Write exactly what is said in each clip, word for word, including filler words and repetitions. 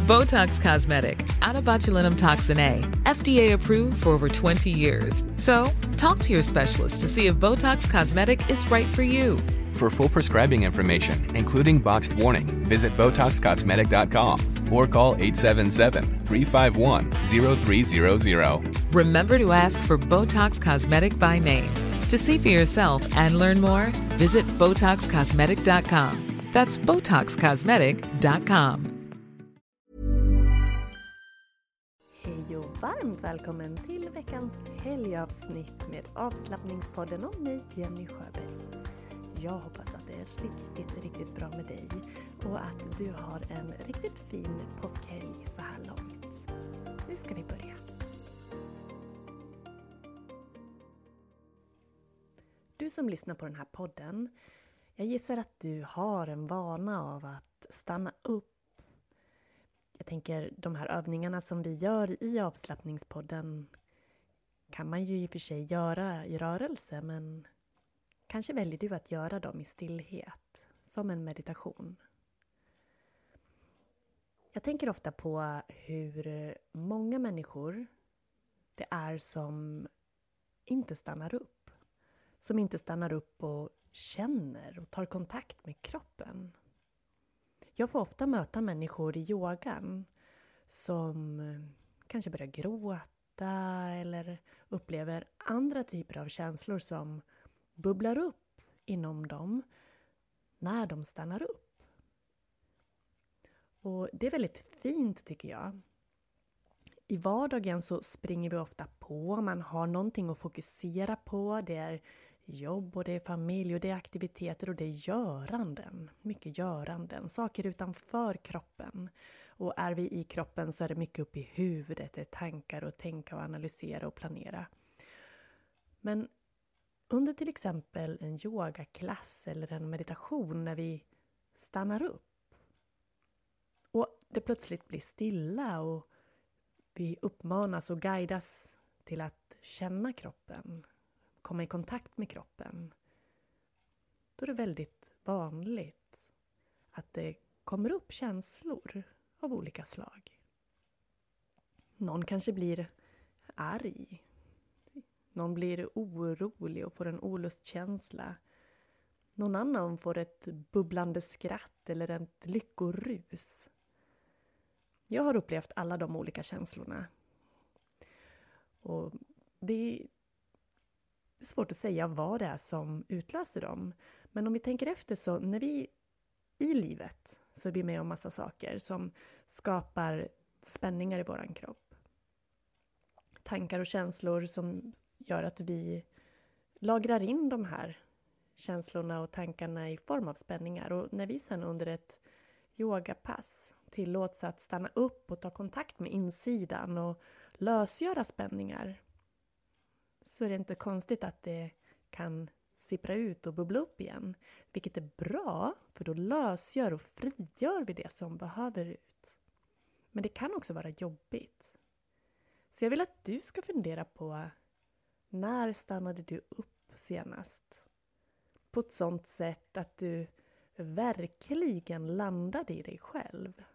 Botox Cosmetic, out of botulinum toxin A, F D A approved for over twenty years. So, talk to your specialist to see if Botox Cosmetic is right for you. For full prescribing information, including boxed warning, visit Botox Cosmetic dot com or call eight seven seven, three five one, zero three zero zero. Remember to ask for Botox Cosmetic by name. To see for yourself and learn more, visit Botox Cosmetic dot com. That's Botox Cosmetic dot com. Hej och varmt välkommen till veckans helgavsnitt med avslappningspodden om mig, Jenny Sjöberg. Jag hoppas att det är riktigt, riktigt bra med dig och att du har en riktigt fin påskhelg så här långt. Nu ska vi börja. Du som lyssnar på den här podden, jag gissar att du har en vana av att stanna upp. Jag tänker de här övningarna som vi gör i avslappningspodden kan man ju i och för sig göra i rörelse, men kanske väljer du att göra dem i stillhet, som en meditation. Jag tänker ofta på hur många människor det är som inte stannar upp. Som inte stannar upp och känner och tar kontakt med kroppen. Jag får ofta möta människor i yogan som kanske börjar gråta eller upplever andra typer av känslor som bubblar upp inom dem när de stannar upp. Och det är väldigt fint tycker jag. I vardagen så springer vi ofta på, man har någonting att fokusera på, det är jobb och det är familj och det är aktiviteter och det är göranden. Mycket göranden, saker utanför kroppen. Och är vi i kroppen så är det mycket upp i huvudet, det är tankar och tänka och analysera och planera. Men under till exempel en yogaklass eller en meditation när vi stannar upp och det plötsligt blir stilla och vi uppmanas och guidas till att känna kroppen, komma i kontakt med kroppen, då är det väldigt vanligt att det kommer upp känslor av olika slag. Någon kanske blir arg. Någon blir orolig och får en olustkänsla. Någon annan får ett bubblande skratt eller ett lyckorus. Jag har upplevt alla de olika känslorna. Och det är svårt att säga vad det är som utlöser dem. Men om vi tänker efter så när vi i livet så är vi med om massa saker som skapar spänningar i våran kropp. Tankar och känslor som gör att vi lagrar in de här känslorna och tankarna i form av spänningar. Och när vi sedan under ett yogapass tillåts att stanna upp och ta kontakt med insidan och lösgöra spänningar, så är det inte konstigt att det kan sippra ut och bubbla upp igen. Vilket är bra, för då lösgör och frigör vi det som behöver ut. Men det kan också vara jobbigt. Så jag vill att du ska fundera på: när stannade du upp senast? På ett sånt sätt att du verkligen landade i dig själv.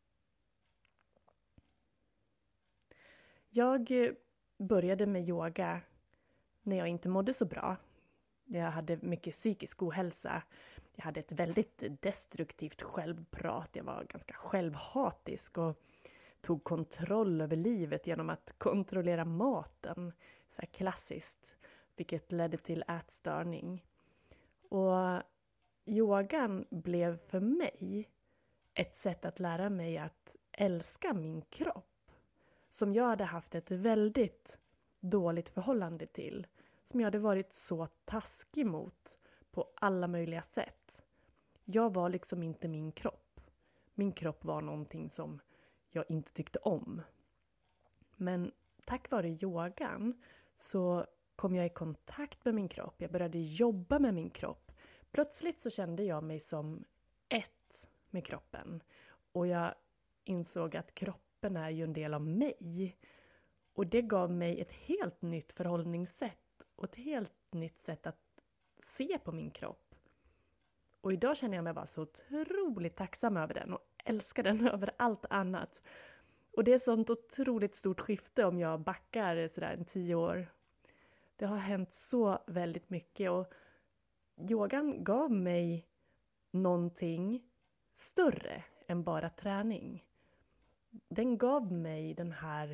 Jag började med yoga när jag inte mådde så bra. Jag hade mycket psykisk ohälsa. Jag hade ett väldigt destruktivt självprat. Jag var ganska självhatisk och tog kontroll över livet genom att kontrollera maten. Så här klassiskt. Vilket ledde till ätstörning. Och yogan blev för mig ett sätt att lära mig att älska min kropp. Som jag hade haft ett väldigt dåligt förhållande till. Som jag hade varit så taskig mot på alla möjliga sätt. Jag var liksom inte min kropp. Min kropp var någonting som jag inte tyckte om. Men tack vare yogan så kom jag i kontakt med min kropp. Jag började jobba med min kropp. Plötsligt så kände jag mig som ett med kroppen. Och jag insåg att kroppen är ju en del av mig. Och det gav mig ett helt nytt förhållningssätt. Och ett helt nytt sätt att se på min kropp. Och idag känner jag mig bara så otroligt tacksam över den. Och älskar den över allt annat. Och det är ett sånt otroligt stort skifte om jag backar sådär en tio år. Det har hänt så väldigt mycket och yogan gav mig någonting större än bara träning. Den gav mig den här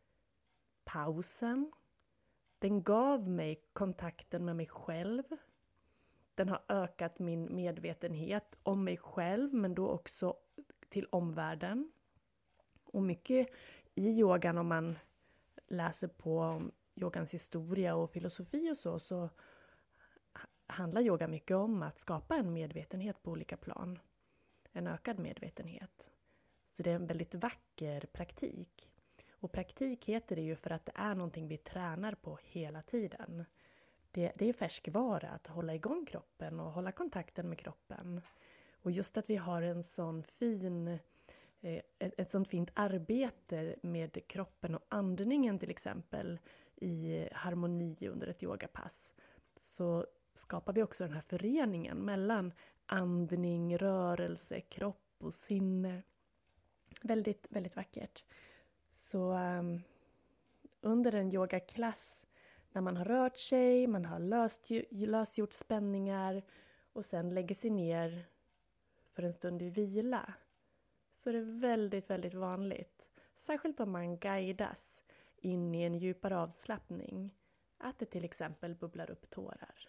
pausen. Den gav mig kontakten med mig själv. Den har ökat min medvetenhet om mig själv men då också till omvärlden. Och mycket i yogan, om man läser på yogans historia och filosofi och så, så handlar yoga mycket om att skapa en medvetenhet på olika plan. En ökad medvetenhet. Så det är en väldigt vacker praktik. Och praktik heter det ju för att det är någonting vi tränar på hela tiden. Det, det är färskvara att hålla igång kroppen och hålla kontakten med kroppen. Och just att vi har en sån fin, eh, ett, ett sånt fint arbete med kroppen och andningen till exempel i harmoni under ett yogapass. Så skapar vi också den här föreningen mellan andning, rörelse, kropp och sinne. Väldigt, väldigt vackert. Så um, under en yogaklass, när man har rört sig, man har löst, lösgjort spänningar och sen lägger sig ner för en stund i vila, så är det väldigt, väldigt vanligt, särskilt om man guidas in i en djupare avslappning, att det till exempel bubblar upp tårar.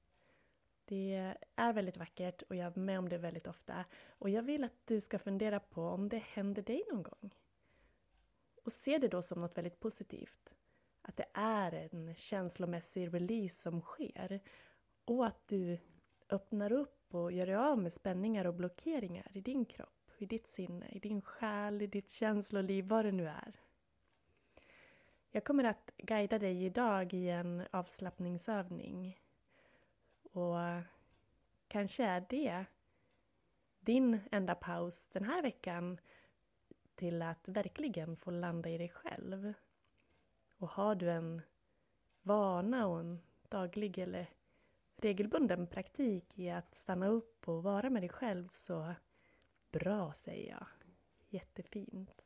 Det är väldigt vackert och jag är med om det väldigt ofta. Och jag vill att du ska fundera på om det händer dig någon gång. Och se det då som något väldigt positivt. Att det är en känslomässig release som sker. Och att du öppnar upp och gör dig av med spänningar och blockeringar i din kropp, i ditt sinne, i din själ, i ditt känsloliv, vad det nu är. Jag kommer att guida dig idag i en avslappningsövning. Och kanske är det din enda paus den här veckan till att verkligen få landa i dig själv. Och har du en vana och en daglig eller regelbunden praktik i att stanna upp och vara med dig själv, så bra, säger jag. Jättefint.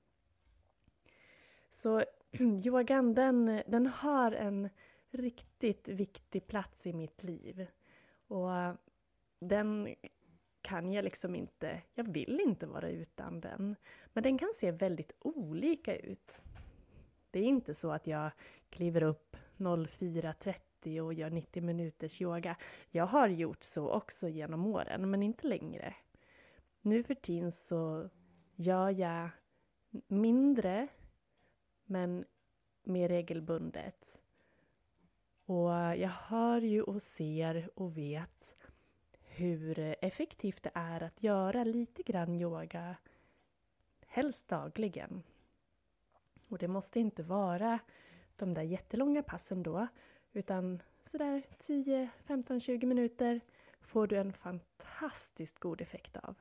Så yogan, den, den har en riktigt viktig plats i mitt liv. Och den kan jag liksom inte, jag vill inte vara utan den. Men den kan se väldigt olika ut. Det är inte så att jag kliver upp fyra trettio och gör nittio minuters yoga. Jag har gjort så också genom åren, men inte längre. Nu för tiden så gör jag mindre, men mer regelbundet. Och jag hör ju och ser och vet hur effektivt det är att göra lite grann yoga, helst dagligen. Och det måste inte vara de där jättelånga passen då, utan sådär tio, femton, tjugo minuter får du en fantastiskt god effekt av.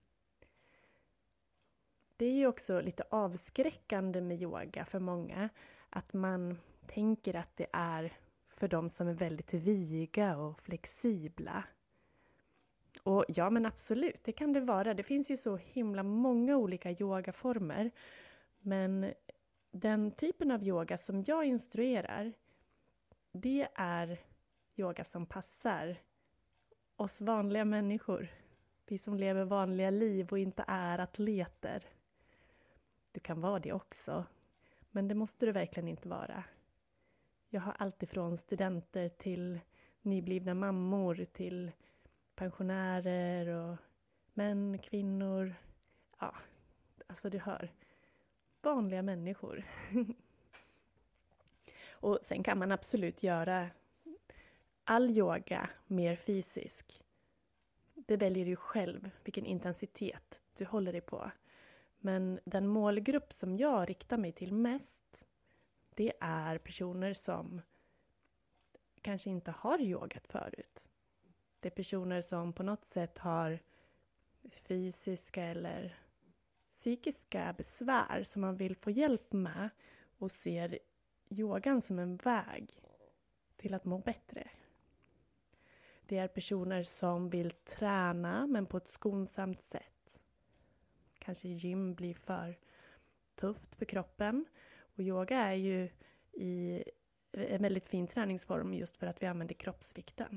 Det är ju också lite avskräckande med yoga för många, att man tänker att det är för de som är väldigt viga och flexibla. Och ja, men absolut, det kan det vara. Det finns ju så himla många olika yogaformer. Men den typen av yoga som jag instruerar, det är yoga som passar oss vanliga människor. Vi som lever vanliga liv och inte är atleter. Du kan vara det också, men det måste du verkligen inte vara. Jag har allt ifrån studenter till nyblivna mammor till pensionärer och män, kvinnor. Ja, alltså du hör. Vanliga människor. Och sen kan man absolut göra all yoga mer fysisk. Det väljer du själv vilken intensitet du håller dig på. Men den målgrupp som jag riktar mig till mest, det är personer som kanske inte har yogat förut. Det är personer som på något sätt har fysiska eller psykiska besvär som man vill få hjälp med och ser yogan som en väg till att må bättre. Det är personer som vill träna men på ett skonsamt sätt. kanske gym blir för tufft för kroppen. Och yoga är ju i en väldigt fin träningsform just för att vi använder kroppsvikten.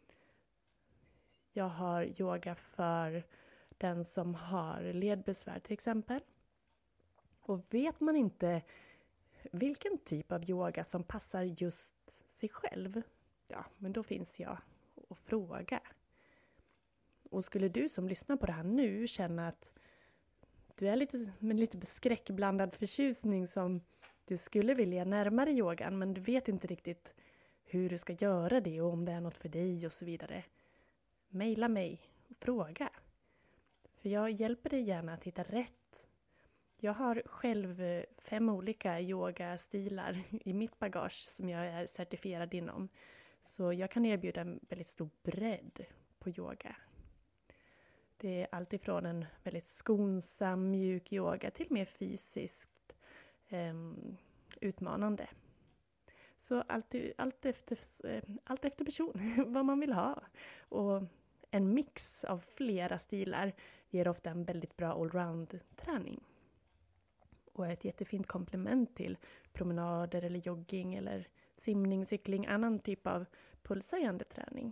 Jag har yoga för den som har ledbesvär till exempel. Och vet man inte vilken typ av yoga som passar just sig själv, ja, men då finns jag att fråga. Och skulle du som lyssnar på det här nu känna att du är lite med lite skräckblandad förtjusning som du skulle vilja närmare yogan, men du vet inte riktigt hur du ska göra det och om det är något för dig och så vidare. Maila mig och fråga. För jag hjälper dig gärna att hitta rätt. Jag har själv fem olika yogastilar i mitt bagage som jag är certifierad inom. Så jag kan erbjuda en väldigt stor bredd på yoga. Det är allt ifrån en väldigt skonsam, mjuk yoga till mer fysiskt eh, utmanande. Så allt, allt, efter, allt efter person, vad man vill ha. Och en mix av flera stilar ger ofta en väldigt bra allround-träning. Och är ett jättefint komplement till promenader eller jogging eller simning, cykling, annan typ av pulshöjande träning.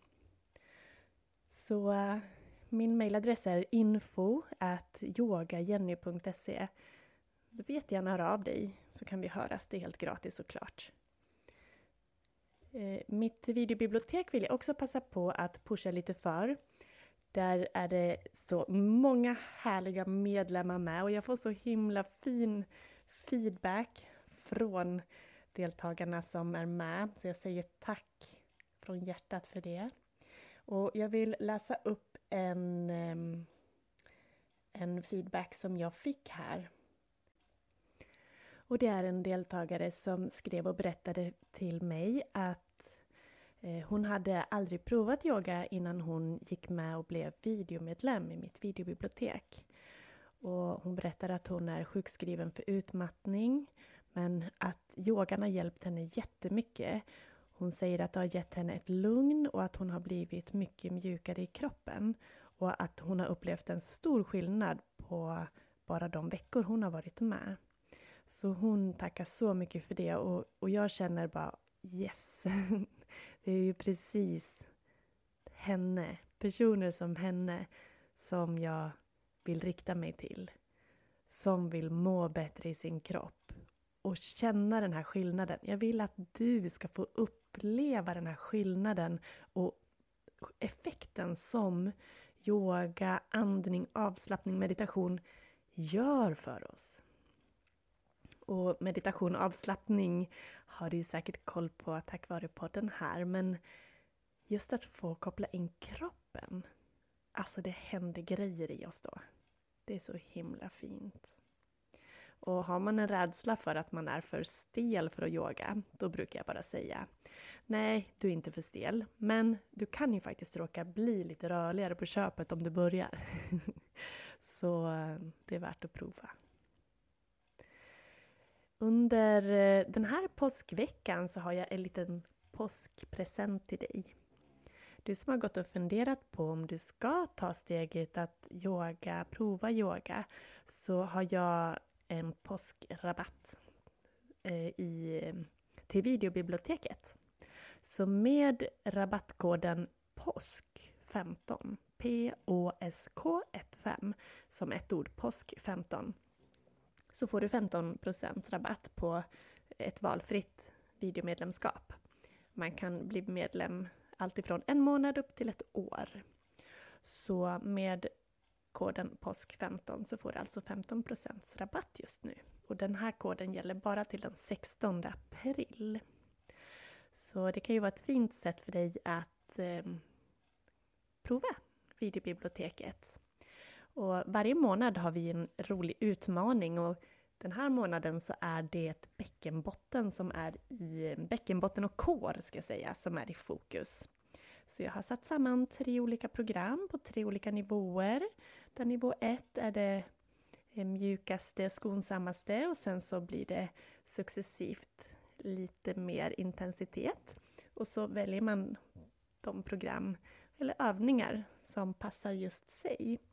Så uh, min mailadress är info at yogajenny punkt se. Du vet gärna höra av dig så kan vi höras, det är helt gratis såklart. Uh, mitt videobibliotek vill jag också passa på att pusha lite för. Där är det så många härliga medlemmar med och jag får så himla fin feedback från deltagarna som är med. Så jag säger tack från hjärtat för det. Och jag vill läsa upp en, en feedback som jag fick här. Och det är en deltagare som skrev och berättade till mig att hon hade aldrig provat yoga innan hon gick med och blev videomedlem i mitt videobibliotek. Och hon berättade att hon är sjukskriven för utmattning, men att yogan har hjälpt henne jättemycket. Hon säger att det har gett henne ett lugn och att hon har blivit mycket mjukare i kroppen. Och att hon har upplevt en stor skillnad på bara de veckor hon har varit med. Så hon tackar så mycket för det och, och jag känner bara yes. Det är ju precis henne, personer som henne som jag vill rikta mig till. Som vill må bättre i sin kropp och känna den här skillnaden. Jag vill att du ska få uppleva den här skillnaden och effekten som yoga, andning, avslappning, meditation gör för oss. Och meditation och avslappning har du säkert koll på tack vare podden här. Men just att få koppla in kroppen. Alltså det händer grejer i oss då. Det är så himla fint. Och har man en rädsla för att man är för stel för att yoga. Då brukar jag bara säga. Nej, du är inte för stel. Men du kan ju faktiskt råka bli lite rörligare på köpet om du börjar. Så det är värt att prova. Under den här påskveckan så har jag en liten påskpresent till dig. Du som har gått och funderat på om du ska ta steget att yoga, prova yoga, så har jag en påskrabatt i, till videobiblioteket. Så med rabattkoden påsk femton, P Å S K fem, som ett ord, påsk femton, så får du femton procent rabatt på ett valfritt videomedlemskap. Man kan bli medlem alltifrån en månad upp till ett år. Så med koden påsk femton så får du alltså femton procent rabatt just nu. Och den här koden gäller bara till den sextonde april. Så det kan ju vara ett fint sätt för dig att eh, prova videobiblioteket. Och varje månad har vi en rolig utmaning och den här månaden så är det bäckenbotten som är i bäckenbotten och kår ska jag säga som är i fokus. Så jag har satt samman tre olika program på tre olika nivåer. Där nivå ett är det mjukaste, skonsammaste och sen så blir det successivt lite mer intensitet. Och så väljer man de program eller övningar som passar just sig.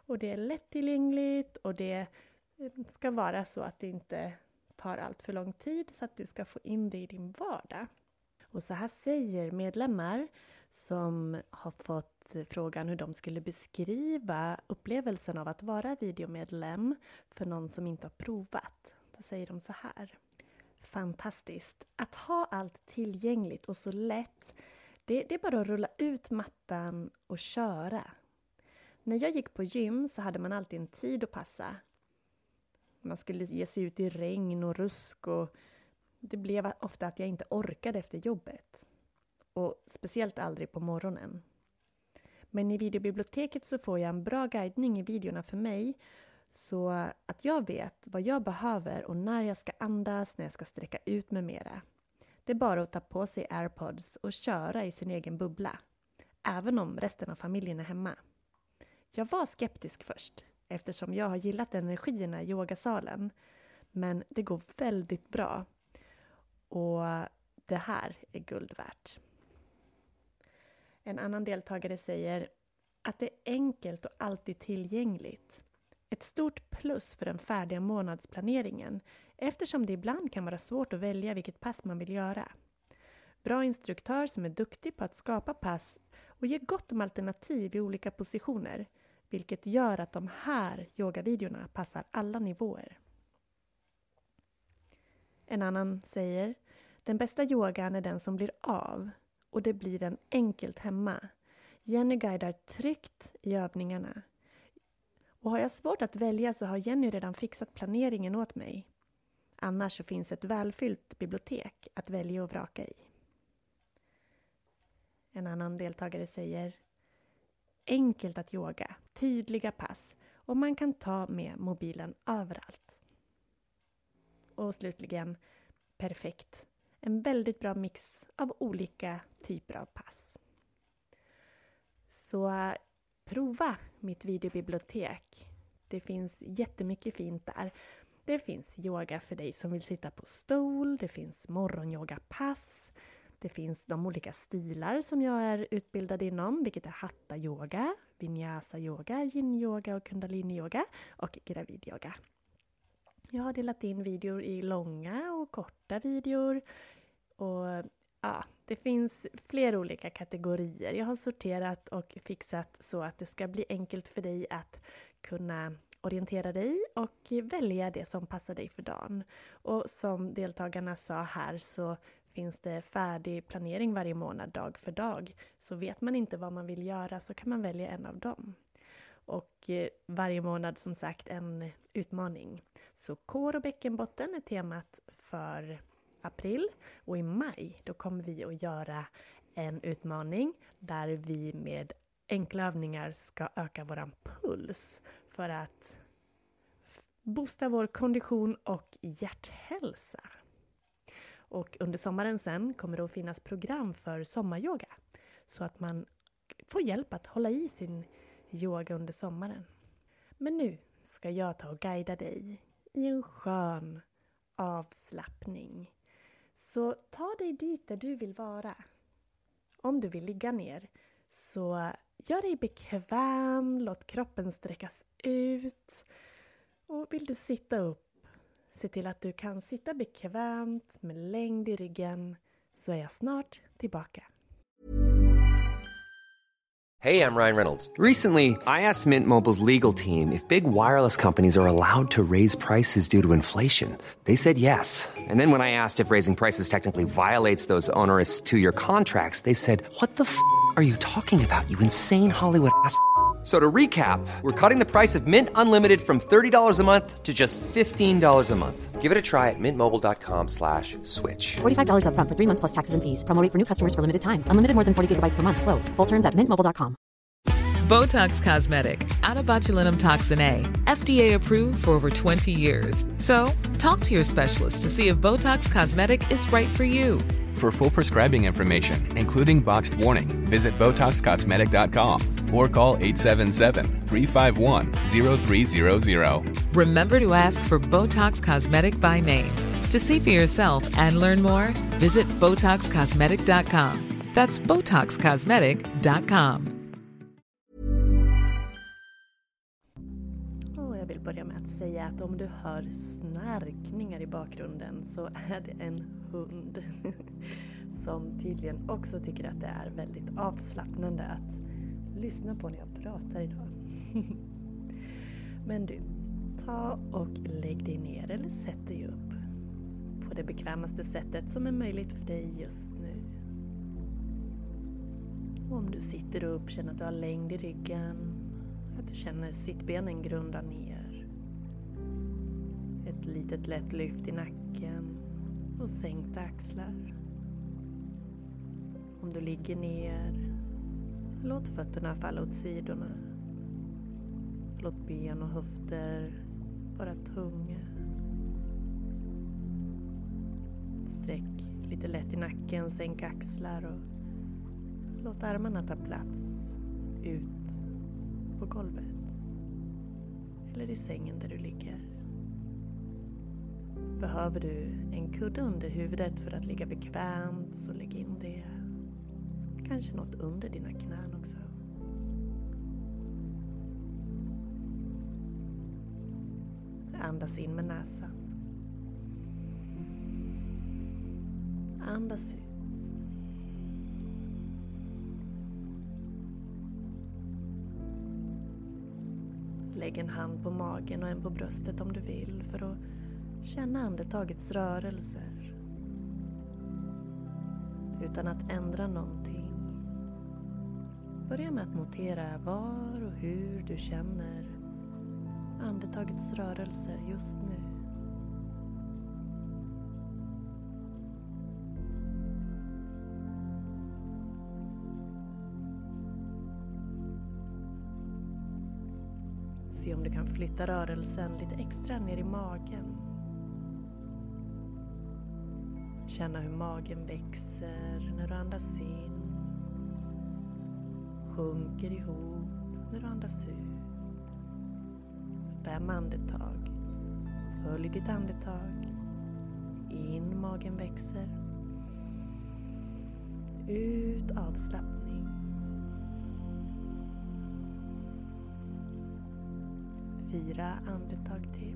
Och det är lättillgängligt och det ska vara så att det inte tar allt för lång tid så att du ska få in det i din vardag. Och så här säger medlemmar som har fått frågan hur de skulle beskriva upplevelsen av att vara videomedlem för någon som inte har provat. Då säger de så här. Fantastiskt! Att ha allt tillgängligt och så lätt, det, det är bara att rulla ut mattan och köra. När jag gick på gym så hade man alltid en tid att passa. Man skulle ge sig ut i regn och rusk och det blev ofta att jag inte orkade efter jobbet. Och speciellt aldrig på morgonen. Men i videobiblioteket så får jag en bra guidning i videorna för mig. Så att jag vet vad jag behöver och när jag ska andas, när jag ska sträcka ut med mera. Det är bara att ta på sig AirPods och köra i sin egen bubbla. Även om resten av familjen är hemma. Jag var skeptisk först. Eftersom jag har gillat energierna i yogasalen. Men det går väldigt bra. Och det här är guld värt. En annan deltagare säger att det är enkelt och alltid tillgängligt. Ett stort plus för den färdiga månadsplaneringen eftersom det ibland kan vara svårt att välja vilket pass man vill göra. Bra instruktör som är duktig på att skapa pass och ger gott om alternativ i olika positioner, vilket gör att de här yogavideorna passar alla nivåer. En annan säger, den bästa yogan är den som blir av och det blir den enkelt hemma. Jenny guidar tryggt i övningarna. Och har jag svårt att välja så har Jenny redan fixat planeringen åt mig. Annars så finns ett välfyllt bibliotek att välja och vraka i. En annan deltagare säger, enkelt att yoga, tydliga pass och man kan ta med mobilen överallt. Och slutligen, perfekt. En väldigt bra mix av olika typer av pass. Så prova mitt videobibliotek. Det finns jättemycket fint där. Det finns yoga för dig som vill sitta på stol. Det finns morgonyogapass. Det finns de olika stilar som jag är utbildad inom. Vilket är hatha yoga, vinyasa yoga, yin yoga och kundalini yoga och gravid yoga. Jag har delat in videor i långa och korta videor. Och ja, det finns flera olika kategorier. Jag har sorterat och fixat så att det ska bli enkelt för dig att kunna orientera dig och välja det som passar dig för dagen. Och som deltagarna sa här så finns det färdig planering varje månad dag för dag. Så vet man inte vad man vill göra så kan man välja en av dem. Och varje månad som sagt en utmaning. Så kår och bäckenbotten är temat för april. Och i maj då kommer vi att göra en utmaning där vi med enkla övningar ska öka våran puls. För att boosta vår kondition och hjärthälsa. Och under sommaren sen kommer det att finnas program för sommaryoga. Så att man får hjälp att hålla i sin yoga under sommaren. Men nu ska jag ta och guida dig i en skön avslappning. Så ta dig dit där du vill vara. Om du vill ligga ner så gör dig bekväm, låt kroppen sträckas ut. Och vill du sitta upp, se till att du kan sitta bekvämt med längd i ryggen så är jag snart tillbaka. Hey, I'm Ryan Reynolds. Recently, I asked Mint Mobile's legal team if big wireless companies are allowed to raise prices due to inflation. They said yes. And then when I asked if raising prices technically violates those onerous two-year contracts, they said, what the f*** are you talking about, you insane Hollywood ass f- So to recap, we're cutting the price of Mint Unlimited from thirty dollars a month to just fifteen dollars a month. Give it a try at mintmobile.com slash switch. forty-five dollars up front for three months plus taxes and fees. Promo rate for new customers for limited time. Unlimited more than forty gigabytes per month. Slows full terms at mint mobile dot com. Botox Cosmetic, out of botulinum toxin A, F D A approved for over twenty years. So, talk to your specialist to see if Botox Cosmetic is right for you. For full prescribing information, including boxed warning, visit botox cosmetic dot com or call eight seven seven, three five one, zero three zero zero. Remember to ask for Botox Cosmetic by name. To see for yourself and learn more, visit botox cosmetic dot com. That's botox cosmetic dot com. säga att om du hör snarkningar i bakgrunden så är det en hund som tydligen också tycker att det är väldigt avslappnande att lyssna på när jag pratar idag. Men du, ta och lägg dig ner eller sätt dig upp på det bekvämaste sättet som är möjligt för dig just nu. Och om du sitter upp, känner att du har längd i ryggen, att du känner sittbenen grunda ner. Ett litet lätt lyft i nacken och sänkta axlar. Om du ligger ner, låt fötterna falla åt sidorna. Låt ben och höfter vara tunga. Sträck lite lätt i nacken, sänk axlar och låt armarna ta plats ut på golvet eller i sängen där du ligger. Behöver du en kudde under huvudet för att ligga bekvämt så lägg in det. Kanske något under dina knän också. Andas in med näsan. Andas ut. Lägg en hand på magen och en på bröstet om du vill för att känna andetagets rörelser. Utan att ändra någonting. Börja med att notera var och hur du känner andetagets rörelser just nu. Se om du kan flytta rörelsen lite extra ner i magen. Känna hur magen växer när du andas in. Sjunker ihop när du andas ut. Fem andetag. Följ ditt andetag. In, magen växer. Ut, avslappning. Fyra andetag till.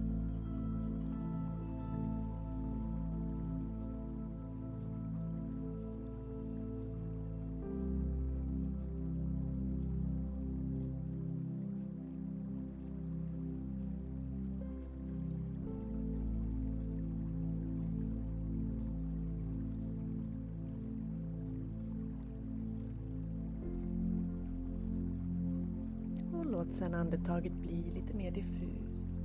Låt sedan andetaget bli lite mer diffust.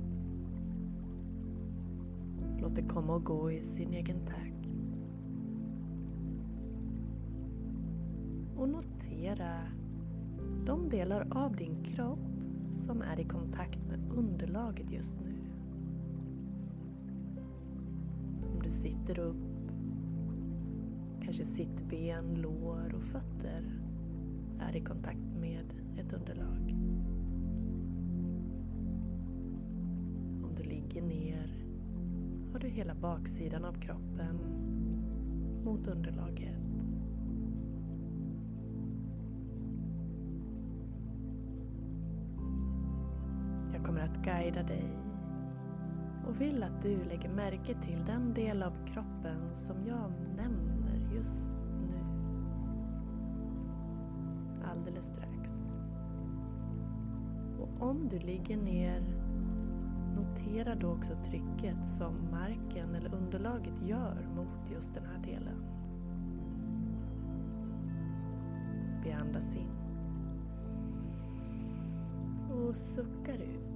Låt det komma och gå i sin egen takt. Och notera de delar av din kropp som är i kontakt med underlaget just nu. Om du sitter upp, kanske sittben, lår och fötter är i kontakt med ett underlag. Ligger ner har du hela baksidan av kroppen mot underlaget. Jag kommer att guida dig och vill att du lägger märke till den del av kroppen som jag nämner just nu. Alldeles strax. Och om du ligger ner, notera då också trycket som marken eller underlaget gör mot just den här delen. Vi andas in. Och suckar ut.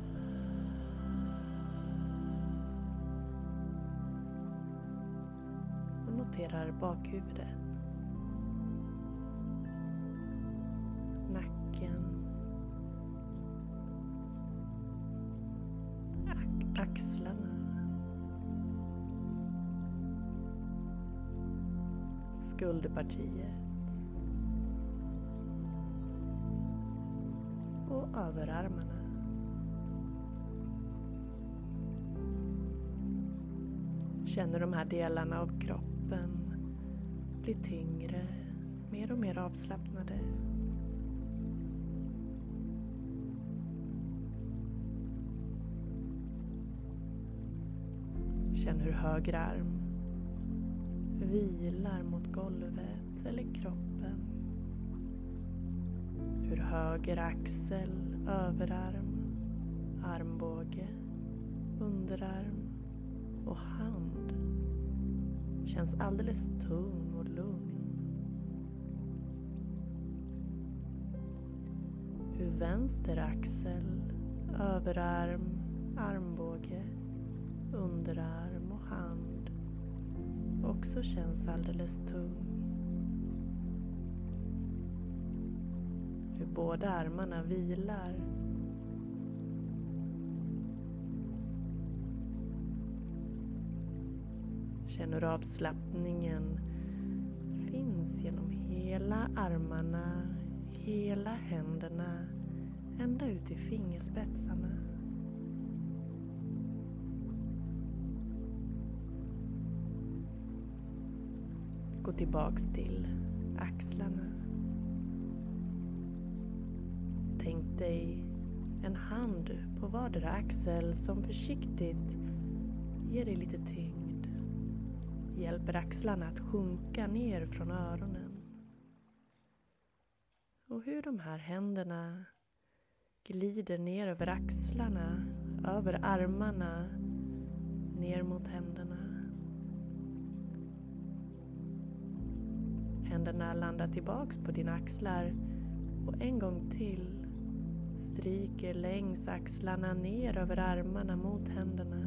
Och noterar bakhuvudet. Nacken. Axlarna, skulderpartiet och överarmarna. Känner de här delarna av kroppen bli tyngre, mer och mer avslappnade. Känn hur höger arm vilar mot golvet eller kroppen. Hur höger axel, överarm, armbåge, underarm och hand känns alldeles tung och lugn. Hur vänster axel, överarm, armbåge, underarm och hand också känns alldeles tung. Hur båda armarna vilar. Känner avslappningen finns genom hela armarna, hela händerna, ända ut i fingerspetsarna. Gå tillbaks till axlarna. Tänk dig en hand på vardera axel som försiktigt ger dig lite tyngd. Hjälper axlarna att sjunka ner från öronen. Och hur de här händerna glider ner över axlarna, över armarna, ner mot händerna. Händerna landar tillbaks på dina axlar och en gång till stryker längs axlarna ner över armarna mot händerna.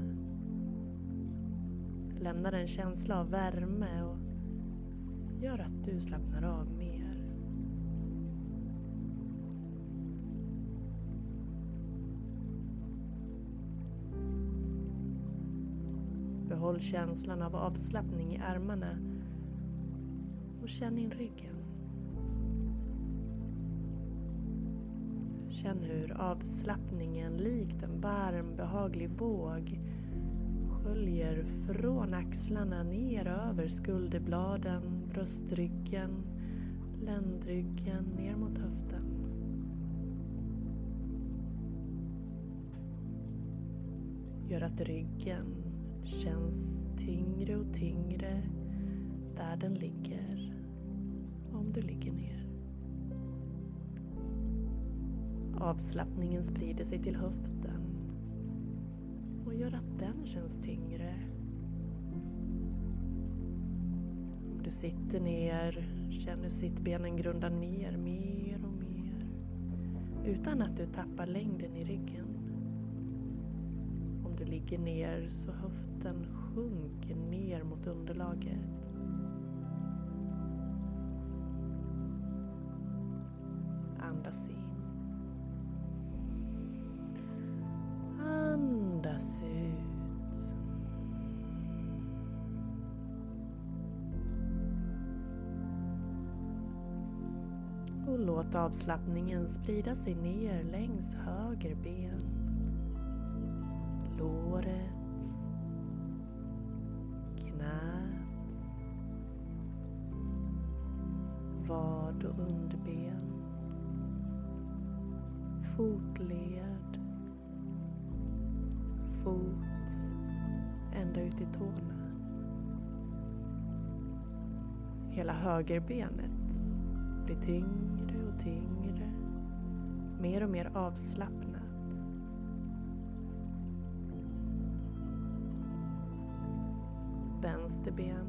Lämnar en känsla av värme och gör att du slappnar av mer. Behåll känslan av avslappning i armarna och känn in ryggen. Känn hur avslappningen likt en varm, behaglig våg sköljer från axlarna ner över skulderbladen, bröstryggen, ländryggen, ner mot höften. Gör att ryggen känns tyngre och tyngre där den ligger, om du ligger ner. Avslappningen sprider sig till höften och gör att den känns tyngre. Om du sitter ner, känner sittbenen grunda ner mer och mer utan att du tappar längden i ryggen. Om du ligger ner så höften sjunker ner mot underlaget. Andas in. Andas ut. Och låt avslappningen sprida sig ner längs höger ben. Låret. Knät. Vad och underben. Fotled. Fot. Ända ut i tårna. Hela högerbenet blir tyngre och tyngre. Mer och mer avslappnat. Vänsterben.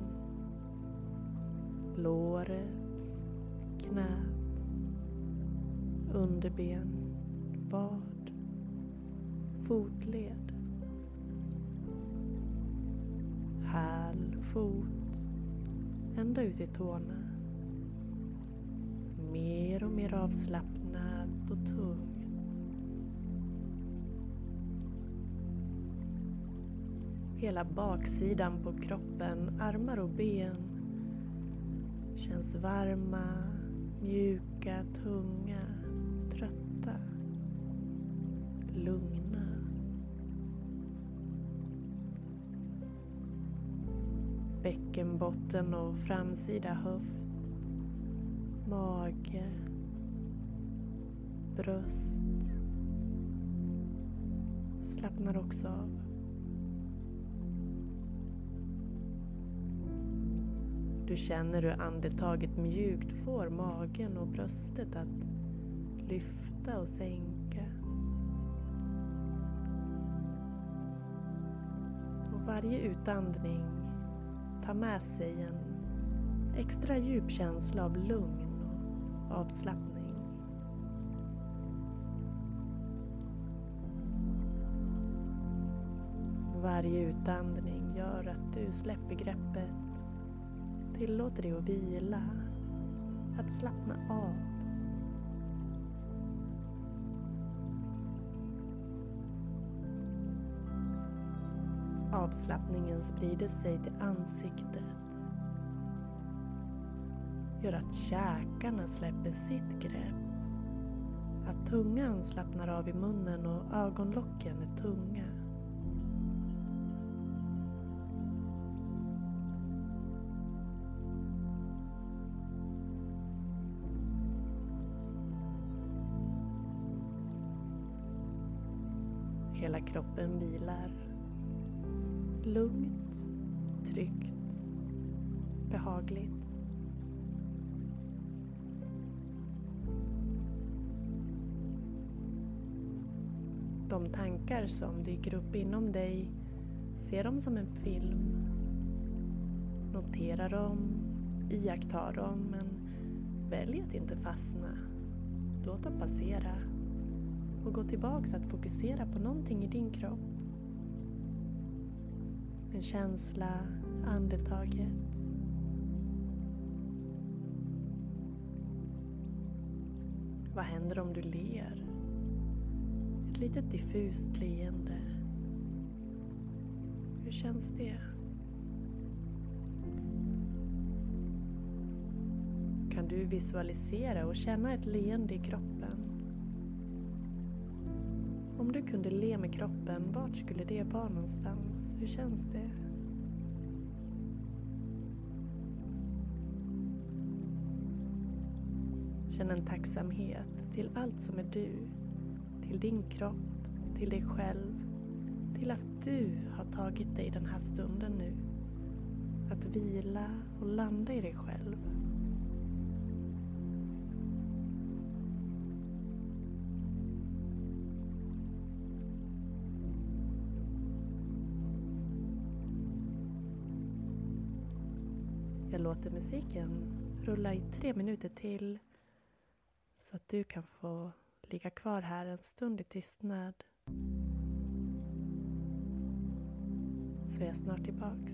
Låret. Knät. Underben. Vad. Fotled. Häl, fot, ända ut i tårna. Mer och mer avslappnat och tungt. Hela baksidan på kroppen, armar och ben känns varma, mjuka, tunga, trötta, lugna. Bäckenbotten och framsida höft, mage, bröst slappnar också av. Du känner hur andetaget mjukt får magen och bröstet att lyfta och sänka. Och varje utandning tar med sig en extra djup känsla av lugn och avslappning. Varje utandning gör att du släpper greppet, tillåter dig att vila, att slappna av. Avslappningen sprider sig till ansiktet. Gör att käkarna släpper sitt grepp. Att tungan slappnar av i munnen och ögonlocken är tunga. Hela kroppen vilar. Lugnt, tryggt, behagligt. De tankar som dyker upp inom dig, se dem som en film. Notera dem, iaktta dem, men välj att inte fastna. Låt dem passera och gå tillbaka att fokusera på någonting i din kropp. En känsla, andetaget. Vad händer om du ler? Ett litet diffust leende. Hur känns det? Kan du visualisera och känna ett leende i kroppen? Om du kunde le med kroppen, vart skulle det vara någonstans? Hur känns det? Känn en tacksamhet till allt som är du. Till din kropp, till dig själv. Till att du har tagit dig den här stunden nu. Att vila och landa i dig själv. Jag låter musiken rulla i tre minuter till så att du kan få ligga kvar här en stund i tystnad. Så är jag snart tillbaks.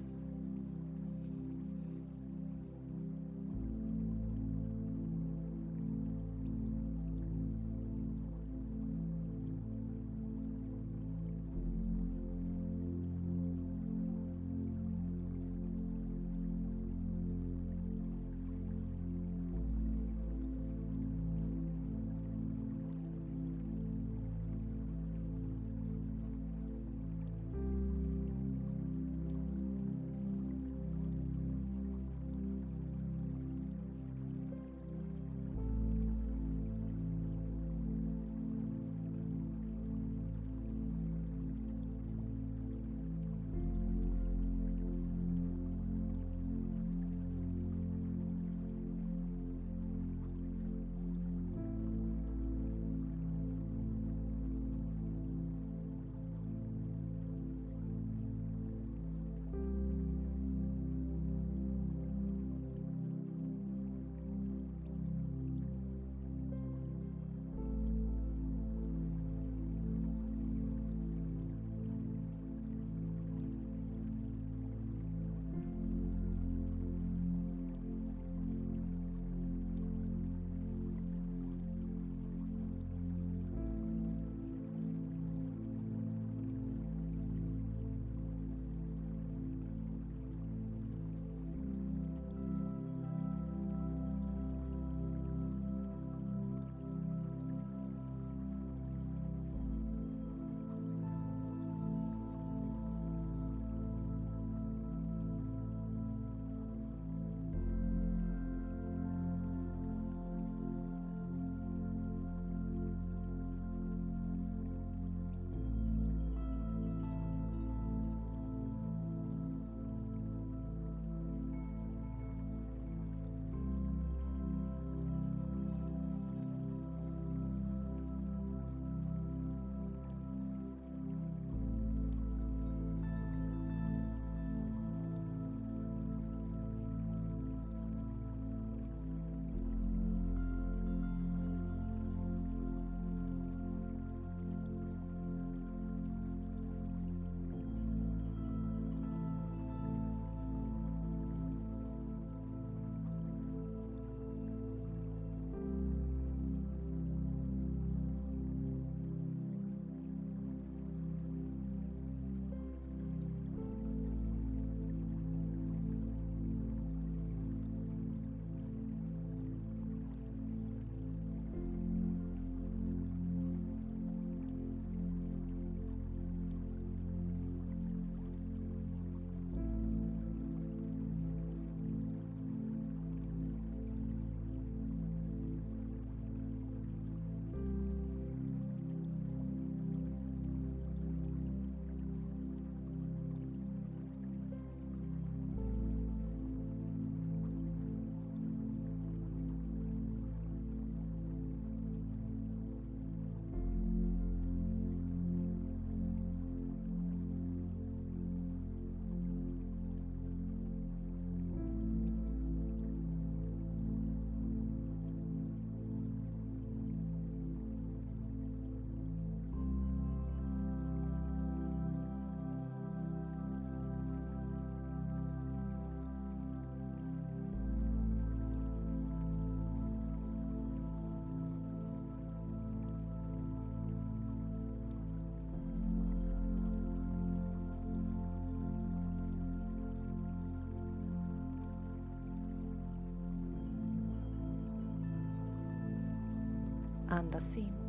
Andas in.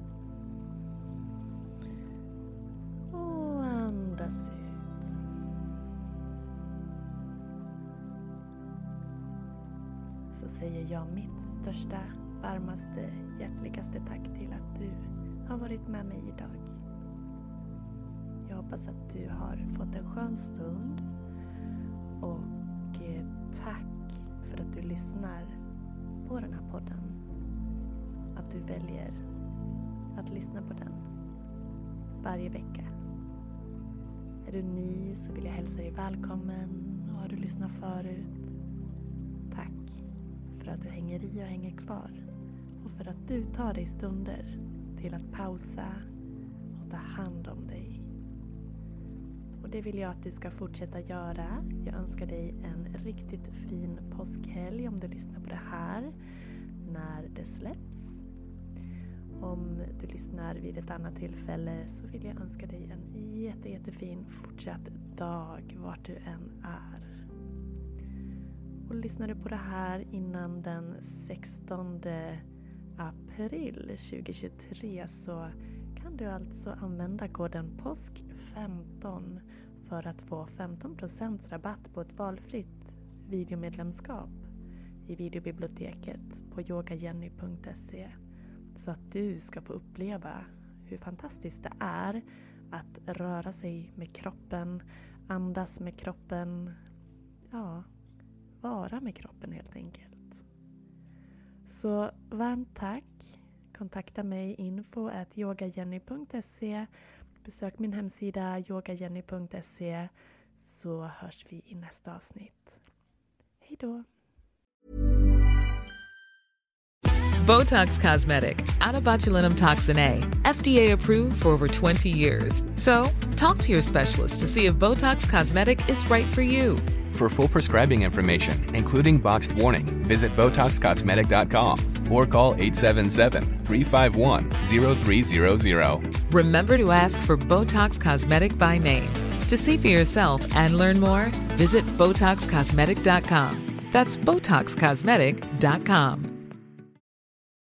Och andas ut. Så säger jag mitt största, varmaste, hjärtligaste tack till att du har varit med mig idag. Jag hoppas att du har fått en skön stund. Och tack för att du lyssnar på den här podden. Att du väljer att lyssna på den varje vecka. Är du ny så vill jag hälsa dig välkommen. Och har du lyssnat förut, tack för att du hänger i och hänger kvar. Och för att du tar dig stunder till att pausa och ta hand om dig. Och det vill jag att du ska fortsätta göra. Jag önskar dig en riktigt fin påskhelg om du lyssnar på det här när det släpps. Om du lyssnar vid ett annat tillfälle så vill jag önska dig en jätte, jättefin fortsatt dag vart du än är. Och lyssnar du på det här innan den sextonde april tjugohundratjugotre så kan du alltså använda koden påsk femton för att få femton procent rabatt på ett valfritt videomedlemskap i videobiblioteket på yoga jenny punkt se, så att du ska få uppleva hur fantastiskt det är att röra sig med kroppen, andas med kroppen, ja, vara med kroppen helt enkelt. Så varmt tack. Kontakta mig info at yoga jenny punkt se. Besök min hemsida yoga jenny punkt se så hörs vi i nästa avsnitt. Hej då! Botox Cosmetic, out of botulinum toxin A, F D A approved for over twenty years. So, talk to your specialist to see if Botox Cosmetic is right for you. For full prescribing information, including boxed warning, visit botox cosmetic dot com or call eight seven seven, three five one, zero three zero zero. Remember to ask for Botox Cosmetic by name. To see for yourself and learn more, visit botox cosmetic dot com. That's botox cosmetic dot com.